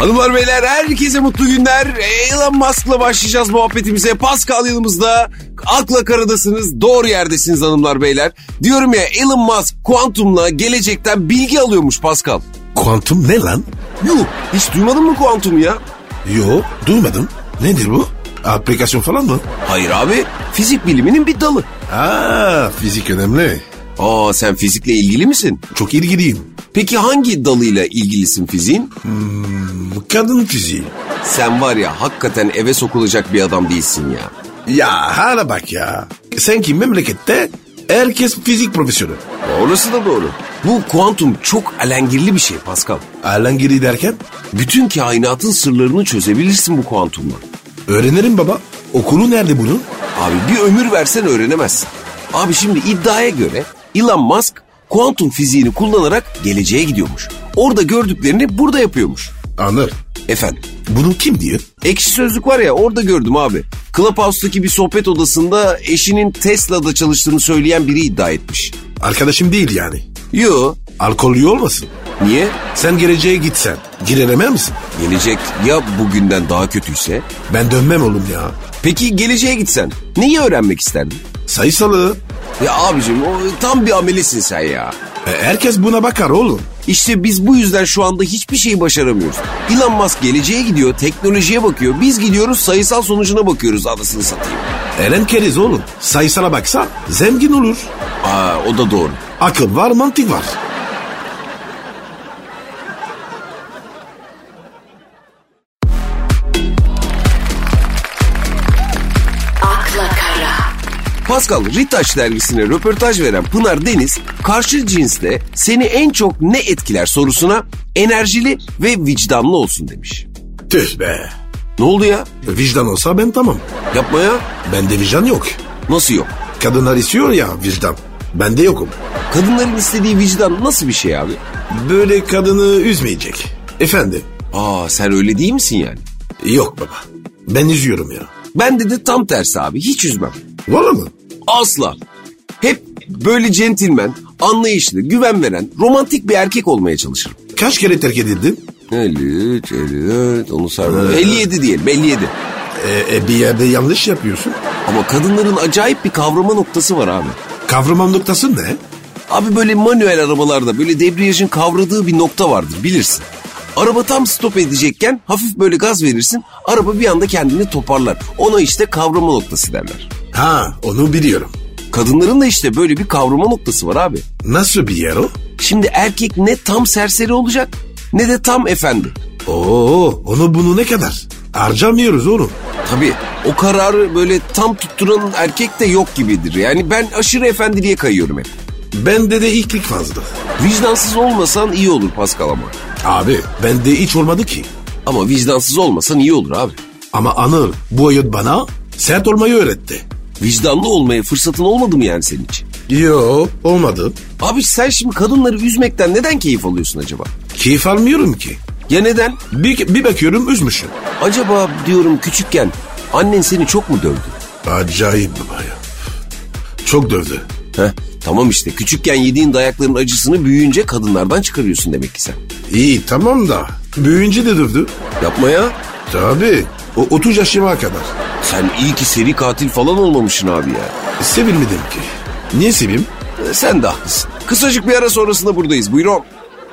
Hanımlar beyler herkese mutlu günler. Elon Musk'la başlayacağız muhabbetimize. Pascal yanımızda. Akla karadasınız. Doğru yerdesiniz hanımlar beyler. Diyorum ya Elon Musk kuantumla gelecekten bilgi alıyormuş Pascal. Kuantum ne lan? Yuh, hiç duymadın mı kuantum ya? Yok, duymadım. Nedir bu? Aplikasyon falan mı? Hayır abi, fizik biliminin bir dalı. Fizik önemli. Sen fizikle ilgili misin? Çok ilgiliyim. Peki hangi dalıyla ilgilisin fiziğin? Kadın fiziği. Sen var ya hakikaten eve sokulacak bir adam değilsin ya. Ya hala bak ya. Sanki memlekette herkes fizik profesörü. Orası da doğru. Bu kuantum çok alengirli bir şey Pascal. Alengiri derken? Bütün kainatın sırlarını çözebilirsin bu kuantumla. Öğrenirim baba. Okulu nerede bunun? Abi bir ömür versen öğrenemezsin. Abi şimdi iddiaya göre Elon Musk kuantum fiziğini kullanarak geleceğe gidiyormuş. Orada gördüklerini burada yapıyormuş. Anır. Efendim? Bunu kim diyor? Ekşi Sözlük var ya, orada gördüm abi. Clubhouse'daki bir sohbet odasında eşinin Tesla'da çalıştığını söyleyen biri iddia etmiş. Arkadaşım değil yani. Yo. Alkollü olmasın? Niye? Sen geleceğe gitsen direnemez misin? Gelecek ya bugünden daha kötüyse? Ben dönmem oğlum ya. Peki geleceğe gitsen neyi öğrenmek isterdin? Sayısalı. Ya abicim o tam bir amelisin sen ya. Herkes buna bakar oğlum. İşte biz bu yüzden şu anda hiçbir şeyi başaramıyoruz. Elon Musk geleceğe gidiyor, teknolojiye bakıyor. Biz gidiyoruz sayısal sonucuna bakıyoruz, anasını satayım. Eren keriz oğlum. Sayısala baksa zengin olur. O da doğru. Akıl var, mantık var. Pascal, Ritaş dergisine röportaj veren Pınar Deniz, karşı cinsle seni en çok ne etkiler sorusuna enerjili ve vicdanlı olsun demiş. Tüh be. Ne oldu ya? Vicdan olsa ben tamam. Yapma ya. Bende vicdan yok. Nasıl yok? Kadınlar istiyor ya vicdan. Bende yokum. Kadınların istediği vicdan nasıl bir şey abi? Böyle kadını üzmeyecek. Efendim? Sen öyle değil misin yani? Yok baba. Ben üzüyorum ya. Bende de tam tersi abi, hiç üzmem. Valla mı? Asla. Hep böyle centilmen, anlayışlı, güven veren, romantik bir erkek olmaya çalışırım. Kaç kere terk edildin? 53, 54, onu sarmadı. 57 diyelim, 57. Bir yerde yanlış yapıyorsun. Ama kadınların acayip bir kavrama noktası var abi. Kavrama noktası ne? Abi böyle manuel arabalarda böyle debriyajın kavradığı bir nokta vardır, bilirsin. Araba tam stop edecekken hafif böyle gaz verirsin, araba bir anda kendini toparlar. Ona işte kavrama noktası derler. Onu biliyorum. Kadınların da işte böyle bir kavrama noktası var abi. Nasıl bir yer o? Şimdi erkek ne tam serseri olacak ne de tam efendi. Onu bunu ne kadar? Harcamıyoruz oğlum. Tabii o kararı böyle tam tutturan erkek de yok gibidir. Yani ben aşırı efendiliğe kayıyorum hep. Bende de ilklik fazla. Vicdansız olmasan iyi olur Pascal ama. Abi bende hiç olmadı ki. Ama vicdansız olmasan iyi olur abi. Ama Anıl bu hayat bana sert olmayı öğretti. Vicdanlı olmaya fırsatın olmadı mı yani senin için? Yok olmadı. Abi sen şimdi kadınları üzmekten neden keyif alıyorsun acaba? Keyif almıyorum ki. Ya neden? Bir bakıyorum üzmüşüm. Acaba diyorum küçükken annen seni çok mu dövdü? Acayip baba ya. Çok dövdü. Tamam işte küçükken yediğin dayakların acısını büyüyünce kadınlardan çıkarıyorsun demek ki sen. İyi tamam da büyüyünce de dövdü. Yapma ya. Tabii 30 yaşıma kadar. Sen iyi ki seri katil falan olmamışsın abi ya. Sevilmedim ki. Niye seveyim? Sen de haklısın. Kısacık bir ara sonrasında buradayız. Buyurun.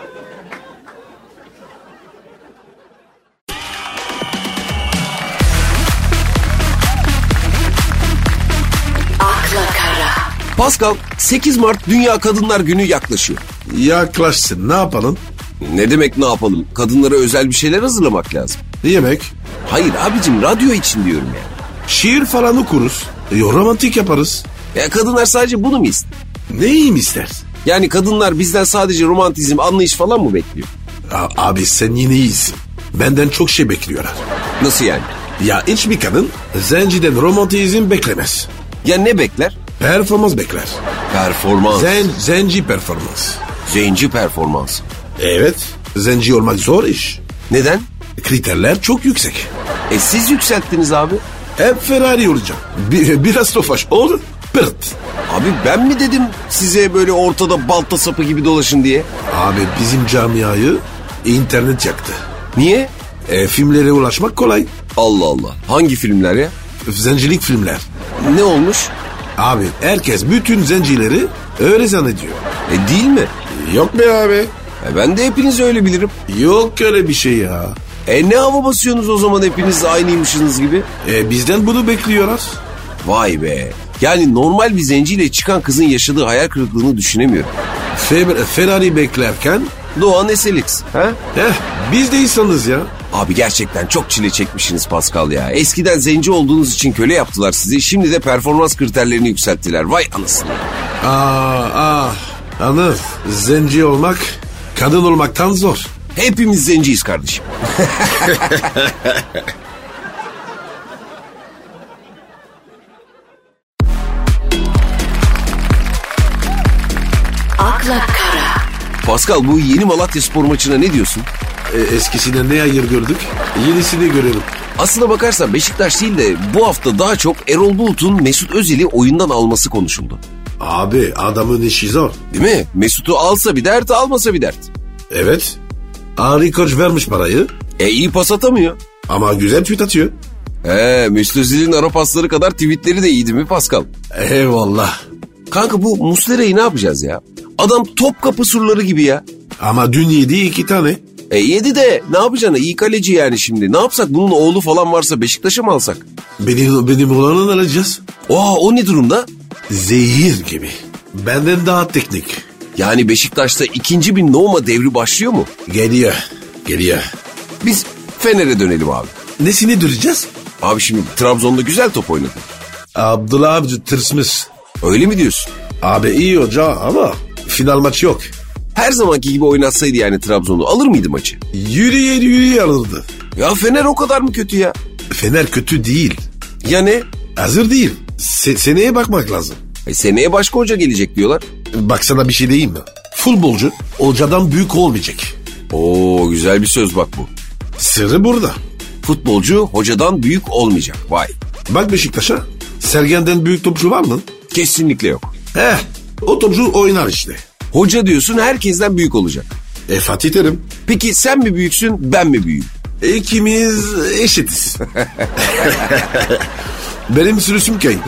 Pascal, 8 Mart Dünya Kadınlar Günü yaklaşıyor. Yaklaşsın, ne yapalım? Ne demek ne yapalım? Kadınlara özel bir şeyler hazırlamak lazım. Yemek. Hayır abicim, radyo için diyorum yani. Şiir falan okuruz. Romantik yaparız. Ya kadınlar sadece bunu mu ister? Neyim istersin? Yani kadınlar bizden sadece romantizm, anlayış falan mı bekliyor? Abi sen yine iyisin. Benden çok şey bekliyorlar. Nasıl yani? Ya hiçbir kadın zenciden romantizm beklemez. Ya ne bekler? Performans bekler. Performans. Zenci performans. Zenci performans. Evet. Zenci olmak zor iş. Neden? Kriterler çok yüksek. Siz yükselttiniz abi. Hep Ferrari olacağım. Biraz tofaş ol, pırt. Abi ben mi dedim size böyle ortada balta sapı gibi dolaşın diye? Abi bizim camiayı internet yaktı. Niye? Filmlere ulaşmak kolay. Allah Allah. Hangi filmler ya? Zencilik filmler. Ne olmuş? Abi herkes bütün zencileri öyle zannediyor. Değil mi? Yok be abi. Ben de hepinizi öyle bilirim. Yok öyle bir şey ya. Ne hava basıyorsunuz o zaman hepiniz aynıymışsınız gibi? Bizden bunu bekliyorlar. Vay be. Yani normal bir zenciyle çıkan kızın yaşadığı hayal kırıklığını düşünemiyorum. Ferrari beklerken... Doğan SLX. Ha? Biz de insanız ya. Abi gerçekten çok çile çekmişsiniz Pascal ya. Eskiden zenci olduğunuz için köle yaptılar sizi. Şimdi de performans kriterlerini yükselttiler. Vay anasını. Anır. Zenci olmak kadın olmaktan zor. Hepimiz zenciyiz kardeşim. Akla Kara. Pascal bu yeni Malatyaspor maçına ne diyorsun? Eskisine ne hayır gördük? Yenisini görelim. Aslına bakarsan Beşiktaş değil de bu hafta daha çok Erol Bulut'un Mesut Özil'i oyundan alması konuşuldu. Abi adamın işi zor. Değil mi? Mesut'u alsa bir dert, almasa bir dert. Evet. Ari Koç vermiş parayı. İyi pas atamıyor. Ama güzel tweet atıyor. Mesut Özil'in ara pasları kadar tweetleri de iyiydi mi Pascal? Eyvallah. Kanka bu Muslera'yı ne yapacağız ya? Adam Topkapı surları gibi ya. Ama dün yedi 2 tane. Yedi de ne yapacaksın? İyi kaleci yani şimdi. Ne yapsak? Bunun oğlu falan varsa Beşiktaş'a mı alsak? Benim olanı alacağız. O ne durumda? Zehir gibi. Benden daha teknik. Yani Beşiktaş'ta ikinci bir Nouma devri başlıyor mu? Geliyor. Biz Fener'e dönelim abi. Nesini duracağız? Abi şimdi Trabzon'da güzel top oynadı. Abdullah abici tırsmış. Öyle mi diyorsun? Abi iyi hoca ama final maç yok. Her zamanki gibi oynatsaydı yani Trabzon'u alır mıydı maçı? Yürüye alırdı. Ya Fener o kadar mı kötü ya? Fener kötü değil. Ya ne? Hazır değil. Seneye bakmak lazım. Seneye başka hoca gelecek diyorlar. Baksana bir şey diyeyim mi? Futbolcu hocadan büyük olmayacak. Oo güzel bir söz bak bu. Sırrı burada. Futbolcu hocadan büyük olmayacak. Vay. Bak Beşiktaş'a. Sergen'den büyük topçu var mı? Kesinlikle yok. O topçu oynar işte. Hoca diyorsun herkesten büyük olacak. Fatih Terim. Peki sen mi büyüksün ben mi büyüğüm? İkimiz eşitiz. Benim sürüsüm kayın.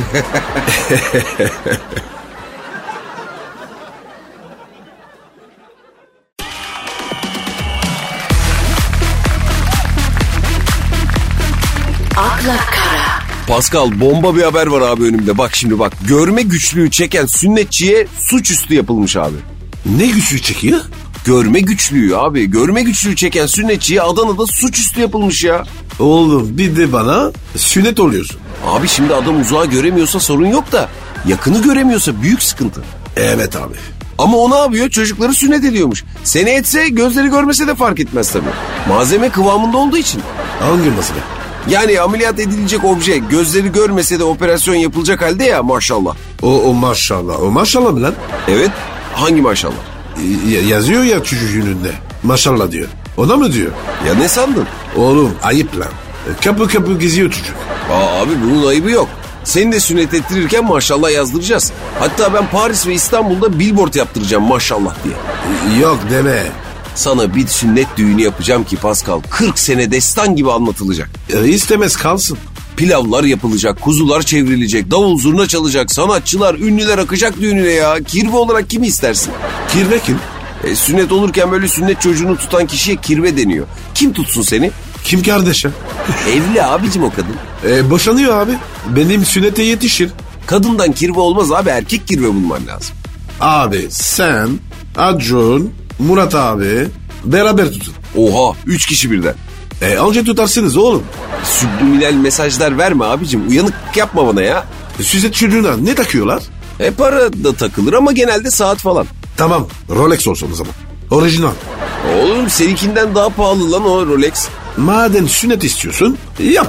Akla Kara. Pascal bomba bir haber var abi önümde. Bak şimdi bak. Görme güçlüğü çeken sünnetçiye suçüstü yapılmış abi. Ne güçlü çekiyor? Görme güçlüğü abi. Görme güçlüğü çeken sünnetçiye Adana'da suçüstü yapılmış ya. Oğlum bir de bana sünnet oluyorsun. Abi şimdi adam uzağa göremiyorsa sorun yok da yakını göremiyorsa büyük sıkıntı. Evet abi. Ama o ne yapıyor? Çocukları sünnet ediyormuş. Seni etse gözleri görmese de fark etmez tabii. Malzeme kıvamında olduğu için. Hangi masada? Yani ameliyat edilecek obje gözleri görmese de operasyon yapılacak halde ya maşallah. O maşallah. O maşallah mı lan? Evet. Hangi maşallah? Yazıyor ya çocuğun önünde. Maşallah diyor. Ona mı diyor? Ya ne sandın? Oğlum ayıp lan. Kapı kapı geziyor çocuk. Abi bunun ayıbı yok. Seni de sünnet ettirirken maşallah yazdıracağız. Hatta ben Paris ve İstanbul'da billboard yaptıracağım maşallah diye. Yok deme. Sana bir sünnet düğünü yapacağım ki Pascal 40 sene destan gibi anlatılacak. İstemez kalsın. Pilavlar yapılacak, kuzular çevrilecek, davul zurna çalacak, sanatçılar, ünlüler akacak düğününe ya. Kirve olarak kimi istersin? Kirve kim? Sünnet olurken böyle sünnet çocuğunu tutan kişiye kirve deniyor. Kim tutsun seni? Kim kardeşim? Evli abicim o kadın. Boşanıyor abi. Benim sünnete yetişir. Kadından kirve olmaz abi, erkek kirve bulman lazım. Abi sen, Acun, Murat abi beraber tutun. Oha 3 kişi birden. Anca tutarsınız oğlum. Subliminal mesajlar verme abicim, uyanık yapma bana ya. Süzet çocuğuna ne takıyorlar? Para da takılır ama genelde saat falan. Tamam Rolex olsun o zaman. Orijinal. Oğlum seninkinden daha pahalı lan o Rolex. Madem sünnet istiyorsun yap.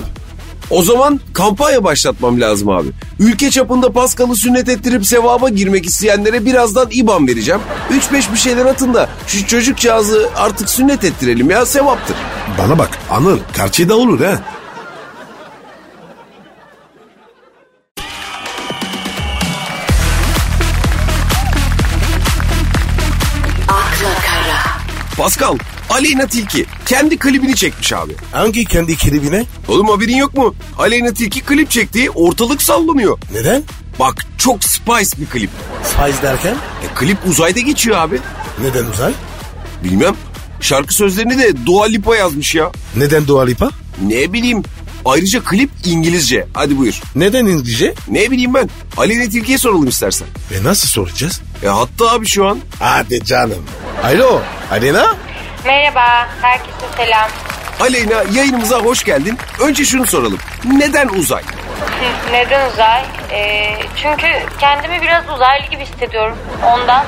O zaman kampanya başlatmam lazım abi. Ülke çapında Pascal'ı sünnet ettirip sevaba girmek isteyenlere birazdan IBAN vereceğim. 3-5 bir şeyler atın da şu çocukcağızı artık sünnet ettirelim ya, sevaptır. Bana bak Anıl karşıda olur ha. Akla Kara. Pascal, Aleyna Tilki kendi klibini çekmiş abi. Hangi kendi klibine? Oğlum haberin yok mu? Aleyna Tilki klip çekti, ortalık sallanıyor. Neden? Bak çok spice bir klip. Spice derken? Klip uzayda geçiyor abi. Neden uzay? Bilmem. Şarkı sözlerini de Dua Lipa yazmış ya. Neden Dua Lipa? Ne bileyim. Ayrıca klip İngilizce. Hadi buyur. Neden İngilizce? Ne bileyim ben. Aleyna Tilki'ye soralım istersen. Nasıl soracağız? Hatta abi şu an. Hadi canım. Alo Aleyna? Merhaba, herkese selam. Aleyna yayınımıza hoş geldin. Önce şunu soralım. Neden uzay? Neden uzay? Çünkü kendimi biraz uzaylı gibi hissediyorum ondan.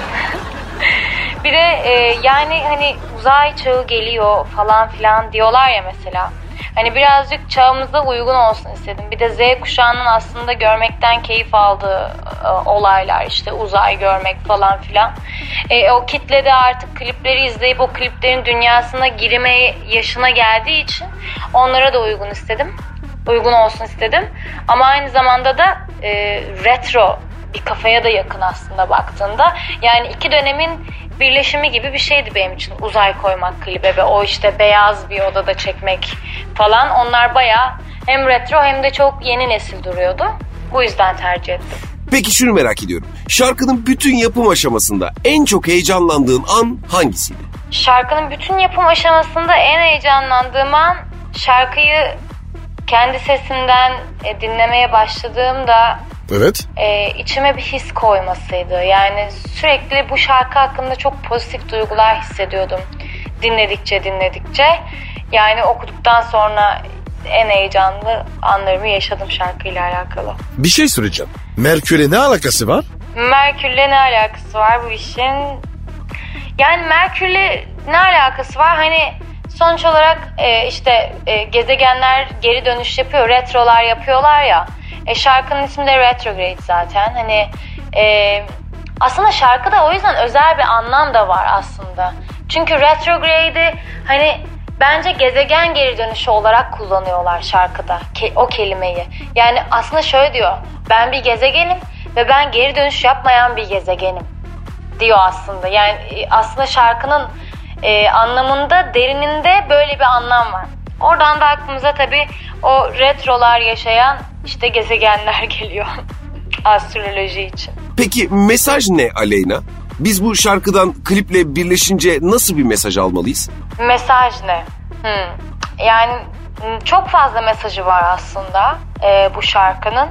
Bir de yani hani uzay çağı geliyor falan filan diyorlar ya mesela. Hani birazcık çağımıza uygun olsun istedim. Bir de Z kuşağının aslında görmekten keyif aldığı olaylar, işte uzay görmek falan filan. O kitle de artık klipleri izleyip o kliplerin dünyasına girme yaşına geldiği için onlara da uygun olsun istedim. Ama aynı zamanda da retro bir kafaya da yakın aslında baktığında. Yani iki dönemin birleşimi gibi bir şeydi benim için uzay koymak klibe ve o işte beyaz bir odada çekmek falan. Onlar bayağı hem retro hem de çok yeni nesil duruyordu. Bu yüzden tercih ettim. Peki şunu merak ediyorum. Şarkının bütün yapım aşamasında en çok heyecanlandığın an hangisiydi? Şarkının bütün yapım aşamasında en heyecanlandığım an şarkıyı kendi sesimden dinlemeye başladığımda evet. içime bir his koymasıydı. Yani sürekli bu şarkı hakkında çok pozitif duygular hissediyordum dinledikçe. Yani okuduktan sonra en heyecanlı anlarımı yaşadım şarkıyla alakalı. Bir şey soracağım. Merkür'le ne alakası var? Merkür'le ne alakası var bu işin? Yani Merkür'le ne alakası var? Hani sonuç olarak gezegenler geri dönüş yapıyor, retrolar yapıyorlar ya. Şarkının ismi de Retrograde zaten. Hani aslında şarkıda o yüzden özel bir anlam da var aslında. Çünkü retrograde'i hani bence gezegen geri dönüşü olarak kullanıyorlar şarkıda o kelimeyi. Yani aslında şöyle diyor. Ben bir gezegenim ve ben geri dönüş yapmayan bir gezegenim diyor aslında. Yani aslında şarkının anlamında, derininde böyle bir anlam var. Oradan da aklımıza tabii o retrolar yaşayan işte gezegenler geliyor astroloji için. Peki mesaj ne Aleyna? Biz bu şarkıdan kliple birleşince nasıl bir mesaj almalıyız? Mesaj ne? Yani çok fazla mesajı var aslında bu şarkının.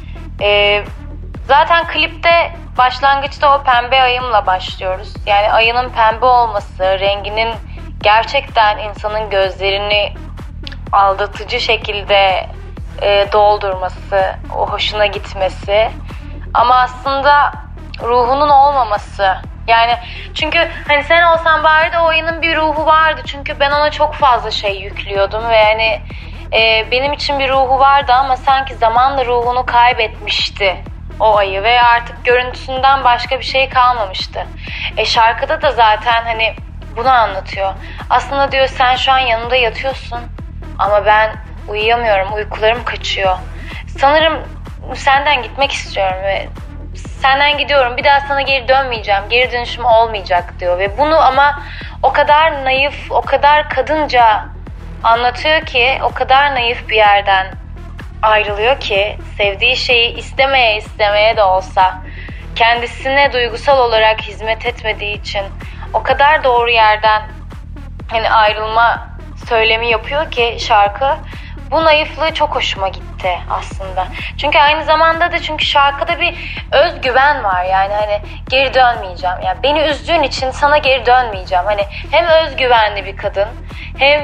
Zaten klipte başlangıçta o pembe ayımla başlıyoruz. Yani ayının pembe olması, renginin gerçekten insanın gözlerini aldatıcı şekilde doldurması, o hoşuna gitmesi. Ama aslında ruhunun olmaması. Yani çünkü hani sen olsan bari de o ayının bir ruhu vardı. Çünkü ben ona çok fazla şey yüklüyordum ve yani benim için bir ruhu vardı ama sanki zamanla ruhunu kaybetmişti o ayı ve artık görüntüsünden başka bir şey kalmamıştı. Şarkıda da zaten hani bunu anlatıyor. Aslında diyor sen şu an yanımda yatıyorsun ama ben uyuyamıyorum, uykularım kaçıyor. Sanırım senden gitmek istiyorum ve senden gidiyorum, bir daha sana geri dönmeyeceğim, geri dönüşüm olmayacak diyor. Ve bunu ama o kadar naif, o kadar kadınca anlatıyor ki, o kadar naif bir yerden ayrılıyor ki sevdiği şeyi istemeye de olsa kendisine duygusal olarak hizmet etmediği için o kadar doğru yerden hani ayrılma söylemi yapıyor ki şarkı. Bu naifliği çok hoşuma gitti aslında. Çünkü aynı zamanda da şarkıda bir özgüven var. Yani hani geri dönmeyeceğim. Yani beni üzdüğün için sana geri dönmeyeceğim. Hani hem özgüvenli bir kadın hem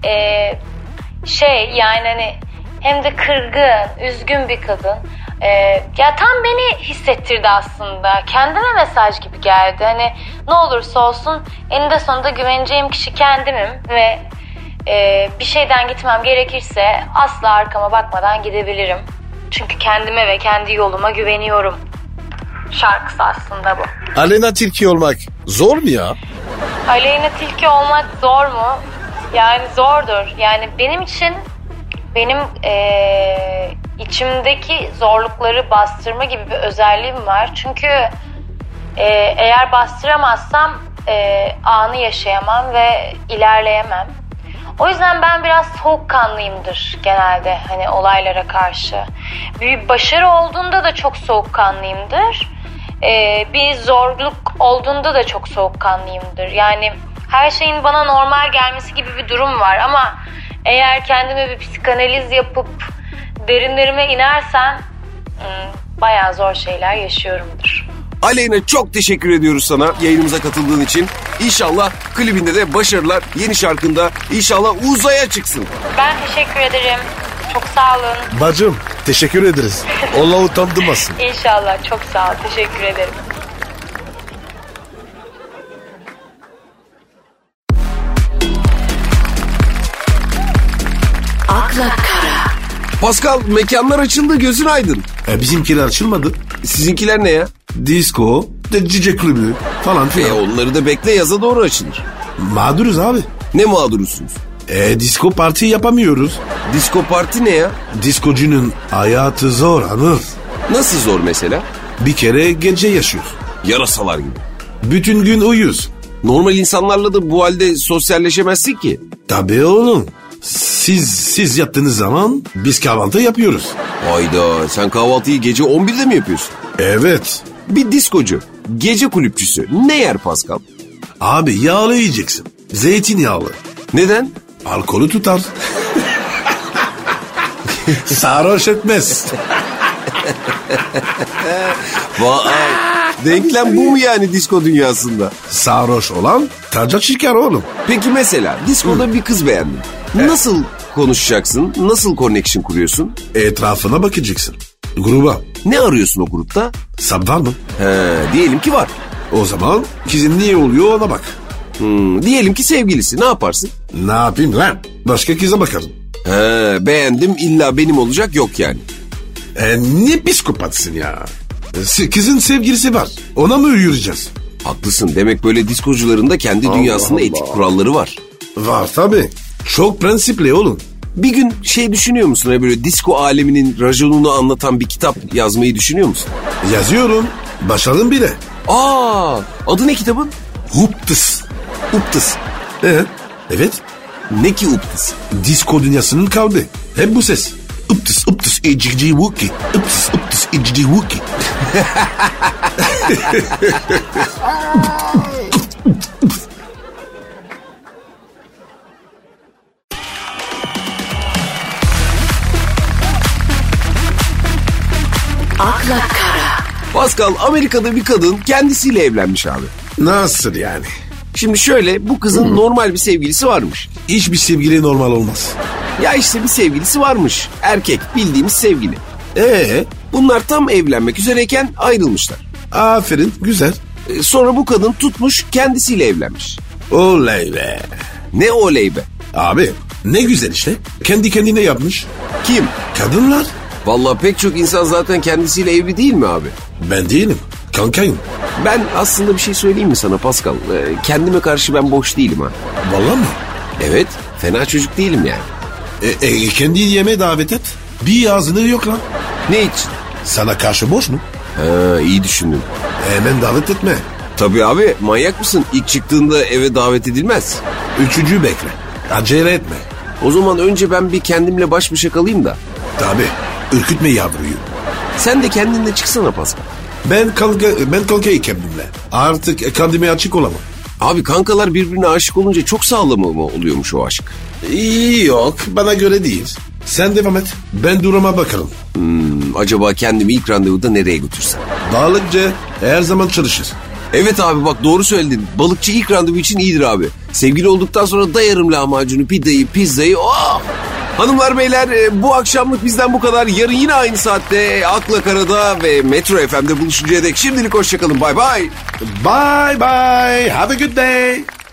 yani hani hem de kırgın, üzgün bir kadın. Ya tam beni hissettirdi aslında. Kendime mesaj gibi geldi. Hani ne olursa olsun eninde sonunda güveneceğim kişi kendimim ve bir şeyden gitmem gerekirse asla arkama bakmadan gidebilirim. Çünkü kendime ve kendi yoluma güveniyorum. Şarkısı aslında bu. Aleyna Tilki olmak zor mu ya? Aleyna Tilki olmak zor mu? Yani zordur. Yani benim için benim içimdeki zorlukları bastırma gibi bir özelliğim var. Çünkü Eğer bastıramazsam anı yaşayamam ve ilerleyemem. O yüzden ben biraz soğukkanlıyımdır genelde hani olaylara karşı. Bir başarı olduğunda da çok soğukkanlıyımdır. Bir zorluk olduğunda da çok soğukkanlıyımdır. Yani her şeyin bana normal gelmesi gibi bir durum var ama eğer kendime bir psikanaliz yapıp derinlerime inersen bayağı zor şeyler yaşıyorumdur. Aleyna çok teşekkür ediyoruz sana yayınımıza katıldığın için. İnşallah klibinde de başarılar, yeni şarkında inşallah uzaya çıksın. Ben teşekkür ederim. Çok sağ olun. Bacım teşekkür ederiz. Allah utandırmasın. İnşallah, çok sağ ol. Teşekkür ederim. Akla Kara. Pascal, mekanlar açıldı, gözün aydın. Bizimkiler açılmadı. Sizinkiler ne ya? Disco, DJ kulübü falan filan. Onları da bekle, yaza doğru açılır. Mağduruz abi. Ne mağdurusunuz? Disco parti yapamıyoruz. Disco parti ne ya? Diskocunun hayatı zor Anıl. Nasıl zor mesela? Bir kere gece yaşıyoruz. Yarasalar gibi. Bütün gün uyuyoruz. Normal insanlarla da bu halde sosyalleşemezsin ki. Tabii oğlum. Siz yattığınız zaman biz kahvaltı yapıyoruz. Hayda, sen kahvaltıyı gece 11'de mi yapıyorsun? Evet. Bir diskocu, gece kulüpçüsü ne yer Pascal? Abi yağlı yiyeceksin. Zeytinyağlı. Neden? Alkolü tutar. Sarhoş etmez. Vay, denklem bu mu yani disko dünyasında? Sarhoş olan taca çıkar oğlum. Peki mesela diskoda bir kız beğendin. Nasıl konuşacaksın? Nasıl connection kuruyorsun? Etrafına bakacaksın. Gruba. Ne arıyorsun o grupta? Sab var mı? Diyelim ki var. O zaman kızın niye oluyor ona bak. Diyelim ki sevgilisi, ne yaparsın? Ne yapayım lan? Başka kıza bakarım. Beğendim, illa benim olacak yok yani. Ne psikopatsın ya. Kızın sevgilisi var. Ona mı yürüyeceğiz? Haklısın, demek böyle diskocuların da kendi dünyasında Allah. etik kuralları var. Var tabii. Çok prensipli oğlum. Bir gün düşünüyor musun? Böyle disko aleminin raconunu anlatan bir kitap yazmayı düşünüyor musun? Yazıyorum. Başardım bile. Adı ne kitabın? Uptıs. Uptıs. Evet. Ne ki Uptıs? Disko dünyasının kalbi. Hep bu ses. Uptıs, uptıs, ecici wuki. Uptıs, uptıs, ecici wuki. Akla Kara. Pascal, Amerika'da bir kadın kendisiyle evlenmiş abi. Nasıl yani? Şimdi şöyle, bu kızın normal bir sevgilisi varmış. Hiçbir sevgili normal olmaz. Ya işte bir sevgilisi varmış. Erkek, bildiğimiz sevgili. Bunlar tam evlenmek üzereyken ayrılmışlar. Aferin, güzel. Sonra bu kadın tutmuş kendisiyle evlenmiş. Oley be. Ne oley be? Abi ne güzel işte. Kendi kendine yapmış. Kim? Kadınlar. Vallahi pek çok insan zaten kendisiyle evli değil mi abi? Ben değilim. Kankayım. Ben aslında bir şey söyleyeyim mi sana Pascal? Kendime karşı ben boş değilim ha. Vallahi mı? Evet, fena çocuk değilim yani. Kendi yemeğe davet et. Bir ağzını yok lan. Ne için? Sana karşı boş mu? İyi düşündün. Hemen davet etme. Tabii abi, manyak mısın? İlk çıktığında eve davet edilmez. Üçüncü bekle. Acele etme. O zaman önce ben bir kendimle baş başa kalayım da. Tabii. Ürkütme yavruyu. Sen de kendinle çıksana Pascal. Ben kankayım kendimle. Artık kendime açık olamam. Abi kankalar birbirine aşık olunca çok sağlam mı oluyormuş o aşk? İyi yok. Bana göre değil. Sen devam et. Ben duruma bakarım. Acaba kendimi ilk randevuda nereye götürsem? Balıkçı her zaman çalışır. Evet abi, bak doğru söyledin. Balıkçı ilk randevu için iyidir abi. Sevgili olduktan sonra dayarım lahmacunu, pizzayı. Oh! Hanımlar beyler, bu akşamlık bizden bu kadar. Yarın yine aynı saatte Akla Kara'da ve Metro FM'de buluşuncaya dek şimdilik hoşçakalın. Bye bye. Bye bye. Have a good day.